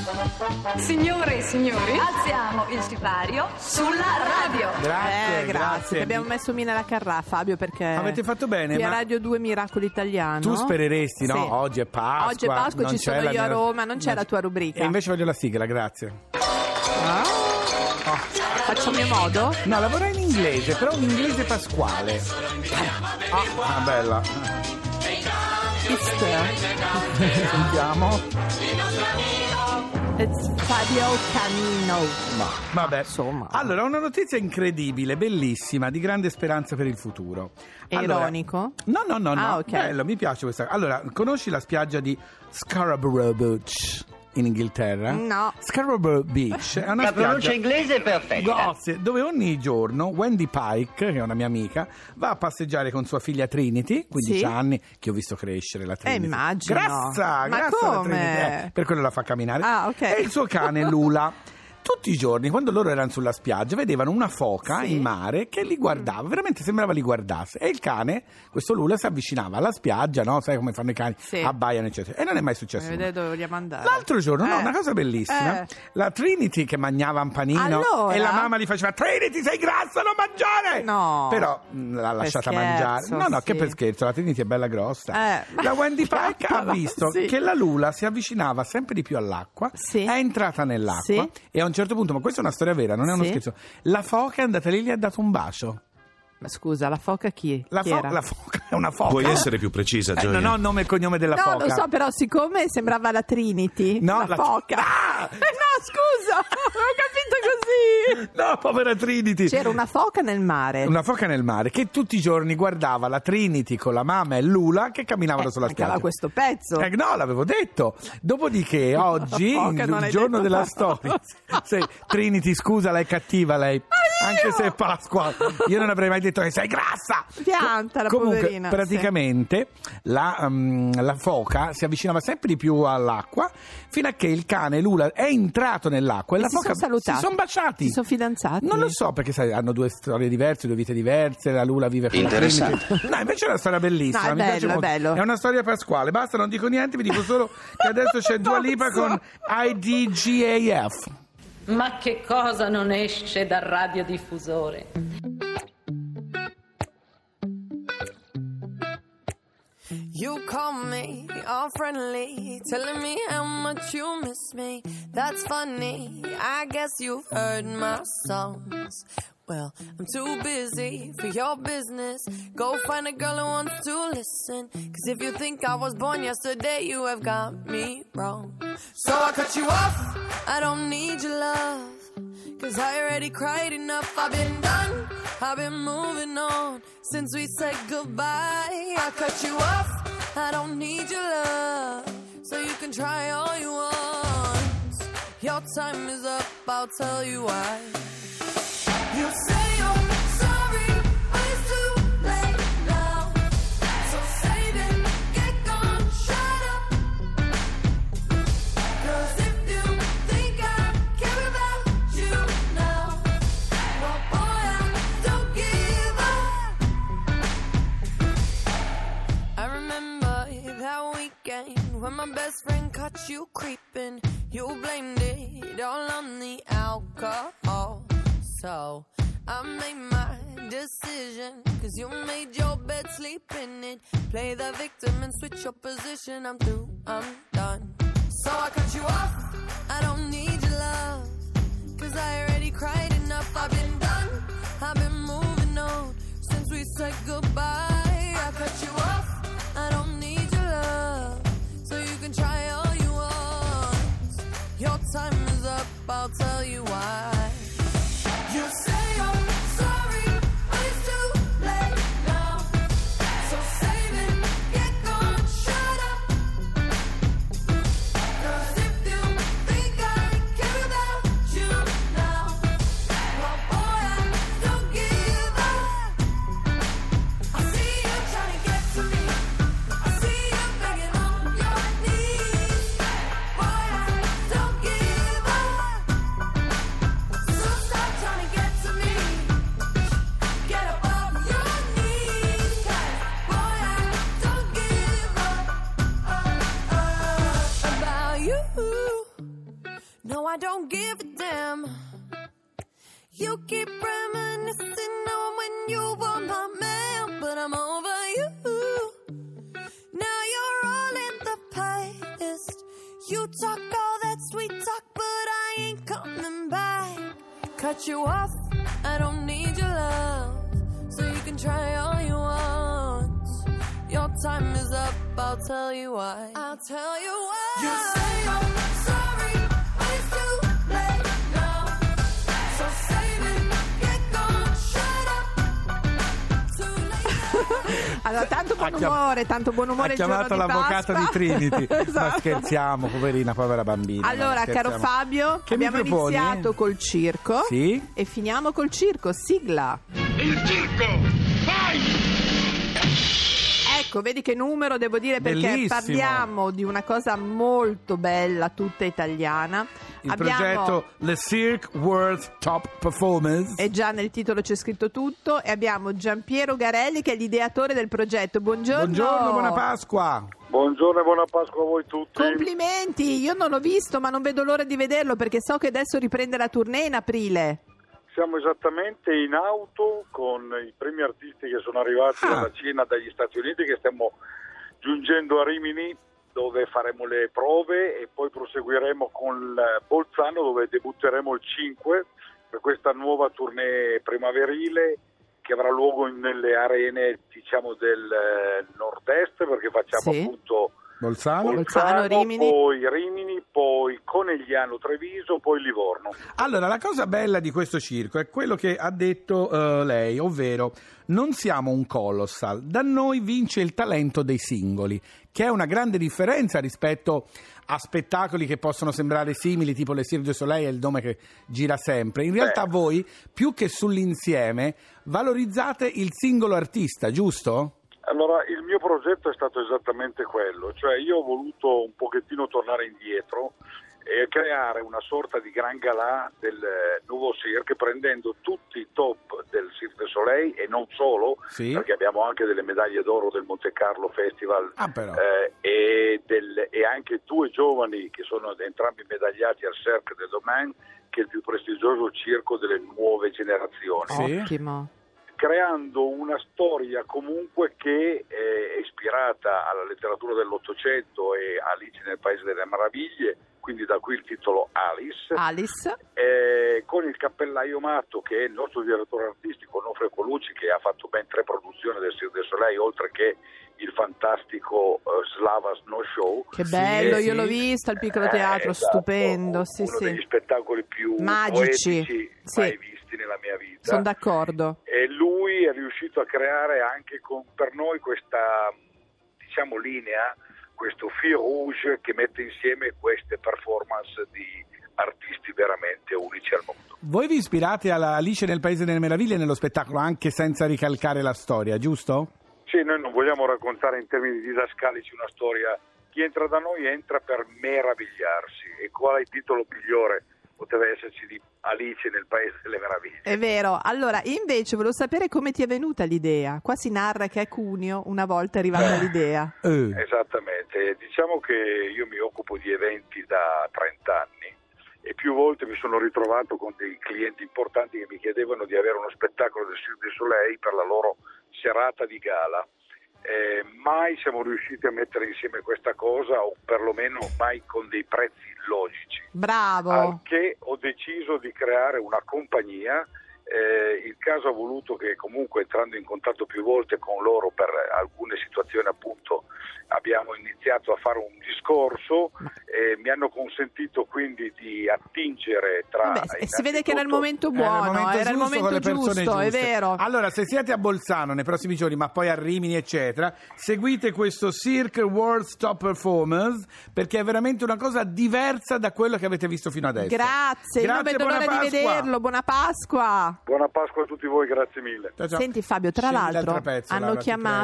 Signore e signori, alziamo il sipario sulla radio. Grazie. Abbiamo messo Mina la Carrà, Fabio, perché avete fatto bene. Qui a Radio 2 Miracolo Italiano. Tu spereresti, no? Sì. Oggi è Pasqua. Oggi è Pasqua, ci sono io a Roma, non c'è la tua rubrica. E invece voglio la sigla, grazie. Faccio a mio modo? No, lavora in inglese, però un inglese pasquale. Bella. Sentiamo. It's Fabio Canino. Vabbè, insomma. Allora, una notizia incredibile, bellissima, di grande speranza per il futuro. Ironico? No. Ok. Bello, mi piace questa. Allora, conosci la spiaggia di Scarborough Beach in Inghilterra? No. Scarborough Beach è una La spiaggia pronuncia inglese è perfetta. Grazie, dove ogni giorno Wendy Pike, che è una mia amica, va a passeggiare con sua figlia Trinity, 15 anni, che ho visto crescere la Trinity. Immagino. Grassa Ma la come? Trinity, per quello la fa camminare. Ok. E il suo cane Lula. Tutti i giorni, quando loro erano sulla spiaggia, vedevano una foca in mare che li guardava, veramente sembrava li guardasse. E il cane, questo Lula, si avvicinava alla spiaggia, no? Sai come fanno i cani? Sì. Abbaiano, eccetera. E non è mai successo nulla. Vedete dove vogliamo andare. L'altro giorno, una cosa bellissima, la Trinity che mangiava un panino, allora? e la mamma gli faceva: Trinity, sei grassa, non mangiare! No. Però l'ha lasciata mangiare. No, che per scherzo, la Trinity è bella grossa. La Wendy Pike ha visto che la Lula si avvicinava sempre di più all'acqua, è entrata nell'acqua e a un certo punto, ma questa è una storia vera, non è uno scherzo, la foca è andata lì e gli ha dato un bacio. Ma scusa, la foca chi La era? foca è una foca. Puoi essere più precisa, Gioia? Non ho nome e cognome della foca. No, lo so, però siccome sembrava la Trinity, No, la foca. No, scusa, ho capito così. No, povera Trinity. C'era una foca nel mare. Una foca nel mare che tutti i giorni guardava la Trinity con la mamma e Lula che camminavano sulla spiaggia. Mancava questo pezzo. No, l'avevo detto. Dopodiché oggi, il giorno della storia, Trinity, scusa, lei è cattiva lei. Anche se è Pasqua, io non avrei mai detto che sei grassa. Pianta la Comunque, poverina. praticamente la foca si avvicinava sempre di più all'acqua fino a che il cane Lula è entrato nell'acqua e la foca sono salutati. si sono baciati. Si sono fidanzati? Non lo so, perché sai, hanno due storie diverse, due vite diverse. La Lula vive con interessante. la Trinity. No, invece è una storia bellissima. No, è mi piace bello, molto. è bello. È una storia pasquale. Basta, non dico niente, vi dico solo che adesso c'è Dua Lipa con IDGAF. Ma che cosa non esce dal radiodiffusore? You call me all friendly, telling me how much you miss me. That's funny, I guess you've heard my songs. Well, I'm too busy for your business. Go find a girl who wants to listen. 'Cause if you think I was born yesterday, you have got me wrong. So I cut you off, I don't need your love. 'Cause I already cried enough, I've been done, I've been moving on since we said goodbye. I cut you off, I don't need your love. So you can try all you want. Your time is up, I'll tell you why. You say you're sorry, but it's too late now. So save it, get gone, shut up. 'Cause if you think I care about you now, well boy, I don't give up. I remember that weekend when my best friend caught you creeping. You blamed it all on the alcohol. So I made my decision, 'cause you made your bed, sleep in it. Play the victim and switch your position. I'm through, I'm done. So I cut you off, I don't need your love. 'Cause I already cried enough, I've been done, I've been moving on since we said goodbye. I cut you off, I don't need your love. So you can try all you want. Your time is up, I'll tell you why. You say you're sorry, but it's too late now. So save it, get gone, shut up. 'Cause if you think I care about you now, well boy, I don't give up. I see you trying to get to me, I see you begging on your knees. Boy, I don't give up. So stop trying to get to I don't give a damn. You keep reminiscing on when you were my man, but I'm over you. Now you're all in the past. You talk all that sweet talk, but I ain't coming back. Cut you off, I don't need your love, so you can try all you want. Your time is up, I'll tell you why. I'll tell you why. You say I'm sorry, but it's too late now. So save it, get gone, shut up. Too late. Allora, tanto buon umore. Ha chiamato l'avvocato di Trinity. Esatto. Ma scherziamo, poverina, povera bambina. Allora, caro Fabio, abbiamo iniziato col circo. Sì. E finiamo col circo. Sigla. Il circo, vai! Ecco, vedi che numero, devo dire, perché bellissimo. Parliamo di una cosa molto bella, tutta italiana. Progetto The Cirque World Top Performers. E già nel titolo c'è scritto tutto. E abbiamo Giampiero Garelli, che è l'ideatore del progetto. Buongiorno. Buongiorno, buona Pasqua. Buongiorno e buona Pasqua a voi tutti. Complimenti, io non l'ho visto, ma non vedo l'ora di vederlo, perché so che adesso riprende la tournée in aprile. Siamo esattamente in auto con i primi artisti che sono arrivati dalla Cina, dagli Stati Uniti, che stiamo giungendo a Rimini, dove faremo le prove, e poi proseguiremo con Bolzano, dove debutteremo il 5 per questa nuova tournée primaverile che avrà luogo nelle arene, diciamo, del nord-est, perché facciamo appunto Bolzano, Rimini. Poi Rimini, poi Conegliano, Treviso, poi Livorno. Allora, la cosa bella di questo circo è quello che ha detto lei, ovvero non siamo un colossal, da noi vince il talento dei singoli, che è una grande differenza rispetto a spettacoli che possono sembrare simili, tipo le Cirque du Soleil, è il nome che gira sempre. In realtà voi, più che sull'insieme, valorizzate il singolo artista, giusto? Allora, il mio progetto è stato esattamente quello, cioè io ho voluto un pochettino tornare indietro e creare una sorta di gran galà del nuovo Cirque, prendendo tutti i top del Cirque du Soleil e non solo, perché abbiamo anche delle medaglie d'oro del Monte Carlo Festival e anche due giovani che sono entrambi medagliati al Cirque de Domaine, che è il più prestigioso circo delle nuove generazioni. Ottimo. Creando una storia comunque che è ispirata alla letteratura dell'Ottocento e Alice nel Paese delle Meraviglie, quindi da qui il titolo Alice. Con il cappellaio matto, che è il nostro direttore artistico Onofre Colucci, che ha fatto ben 3 produzioni del Cirque du Soleil, oltre che il fantastico Slava Snow Show. Che bello, io l'ho visto al Piccolo Teatro, stupendo. Uno degli spettacoli più magici mai visti nella mia vita. Sono d'accordo. E lui è riuscito a creare anche per noi questa, diciamo, linea, questo fil rouge che mette insieme queste performance di artisti veramente unici al mondo. Voi vi ispirate alla Alice nel Paese delle Meraviglie nello spettacolo, anche senza ricalcare la storia, giusto? Sì, noi non vogliamo raccontare in termini didascalici una storia. Chi entra da noi entra per meravigliarsi, e quale titolo migliore poteva esserci di Alice nel Paese delle Meraviglie. È vero. Allora, invece volevo sapere come ti è venuta l'idea. Qua si narra che a Cuneo una volta è arrivata l'idea. Esattamente, diciamo che io mi occupo di eventi da 30 anni e più volte mi sono ritrovato con dei clienti importanti che mi chiedevano di avere uno spettacolo del Cirque du Soleil per la loro serata di gala. Mai siamo riusciti a mettere insieme questa cosa, o perlomeno mai con dei prezzi logici. Bravo! Anche ho deciso di creare una compagnia. Il caso ha voluto che comunque, entrando in contatto più volte con loro per alcune situazioni, appunto, abbiamo iniziato a fare un discorso e mi hanno consentito quindi di attingere tra... si vede che era il momento buono, era il momento giusto, è vero. Allora, se siete a Bolzano nei prossimi giorni, ma poi a Rimini eccetera, seguite questo Cirque World Top Performers, perché è veramente una cosa diversa da quello che avete visto fino adesso. Grazie, non vedo l'ora di vederlo. Buona Pasqua. Buona Pasqua a tutti voi, grazie mille. Ciao. Senti Fabio, tra l'altro hanno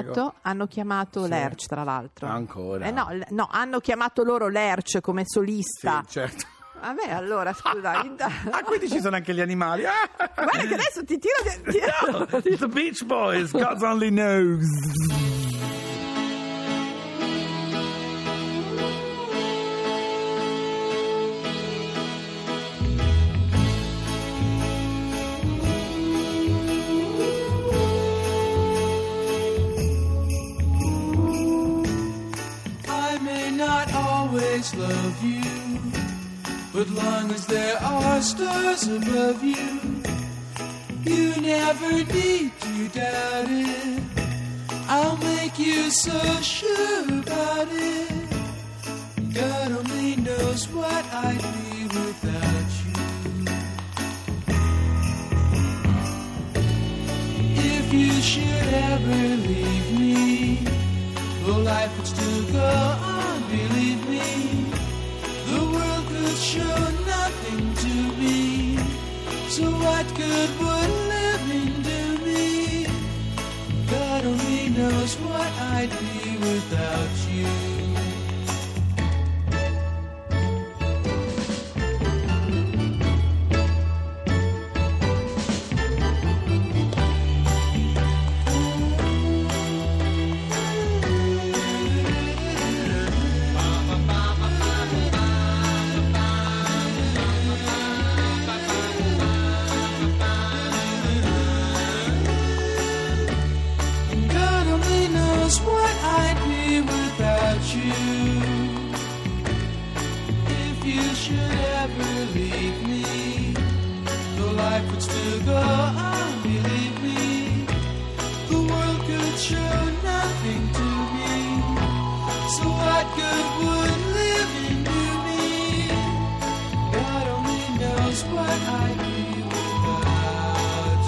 chiamato Lerch, tra l'altro. Ancora? No, hanno chiamato loro Lerch come solista. Sì, certo. Vabbè, allora scusa. Quindi ci sono anche gli animali. Guarda che adesso ti tiro. No, The Beach Boys, God Only Knows. But long as there are stars above you, you never need to doubt it. I'll make you so sure about it. God only knows what I'd be without you. If you should ever leave me, well, life would still go on, believe me. The world could show nothing to me. So what good would living do me? God only knows what I'd be without you. What I'd be without you. If you should ever leave me, though life would still go on, believe me. The world could show nothing to me. So what good would living do me? God only knows what I'd be without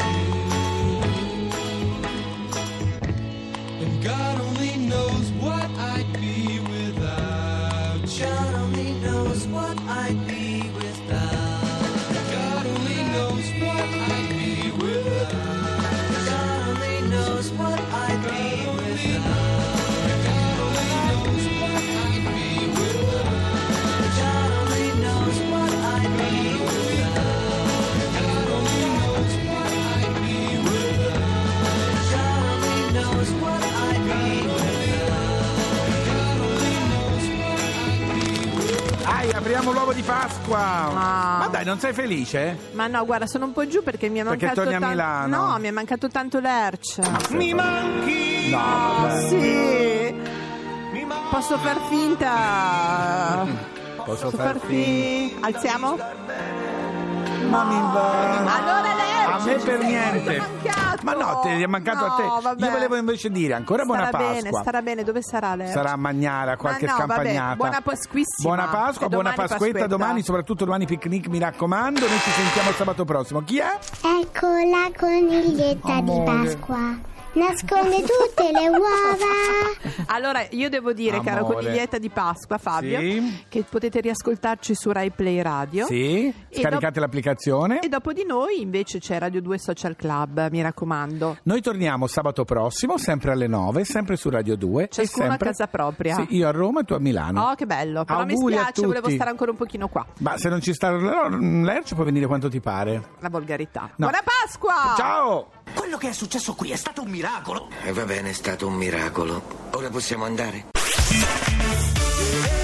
you. And God only knows what I'd be without you. God only knows what I'd be without. God only knows what I'd be without. God only knows what I'd be without. God only knows what I'd be without. God only knows what I'd be without. God only knows what I'd be without. God only knows what I'd be without. Apriamo l'uovo di Pasqua. Ma dai, non sei felice? Ma no, guarda, sono un po' giù perché mi è Perché mancato torni a Milano? No, mi è mancato tanto l'Erce. Mi manchi? No, sì. Posso far finta? Posso far finta? Alziamo? Ma mi va. Allora l'Erce. A me per niente. Ma no, ti è mancato a te. Vabbè. Io volevo invece dire ancora buona Pasqua. Starà bene, dove sarà l'Erce? Sarà a Magnara, qualche scampagnata. Vabbè, buona Pasquissima. Buona Pasqua, buona Pasquetta domani, soprattutto domani picnic, mi raccomando. Noi ci sentiamo sabato prossimo. Chi è? Ecco la coniglietta di Pasqua. Nasconde tutte le uova. Allora, io devo dire, Amore. caro coniglietta di Pasqua, Fabio, Sì. che potete riascoltarci su Rai Play Radio. Sì, scaricate l'applicazione. E dopo di noi invece c'è Radio 2 Social Club, mi raccomando. Noi torniamo sabato prossimo, sempre alle 9, sempre su Radio 2. Ciascuno sempre a casa propria. Sì, io a Roma e tu a Milano. Oh, che bello. Però Auguri mi a spiace, tutti. volevo stare ancora un pochino qua. Ma se non ci sta l'Erce puoi venire quanto ti pare. La volgarità. No. Buona Pasqua! Ciao! Quello che è successo qui è stato un miracolo. Va bene, è stato un miracolo. Ora possiamo andare?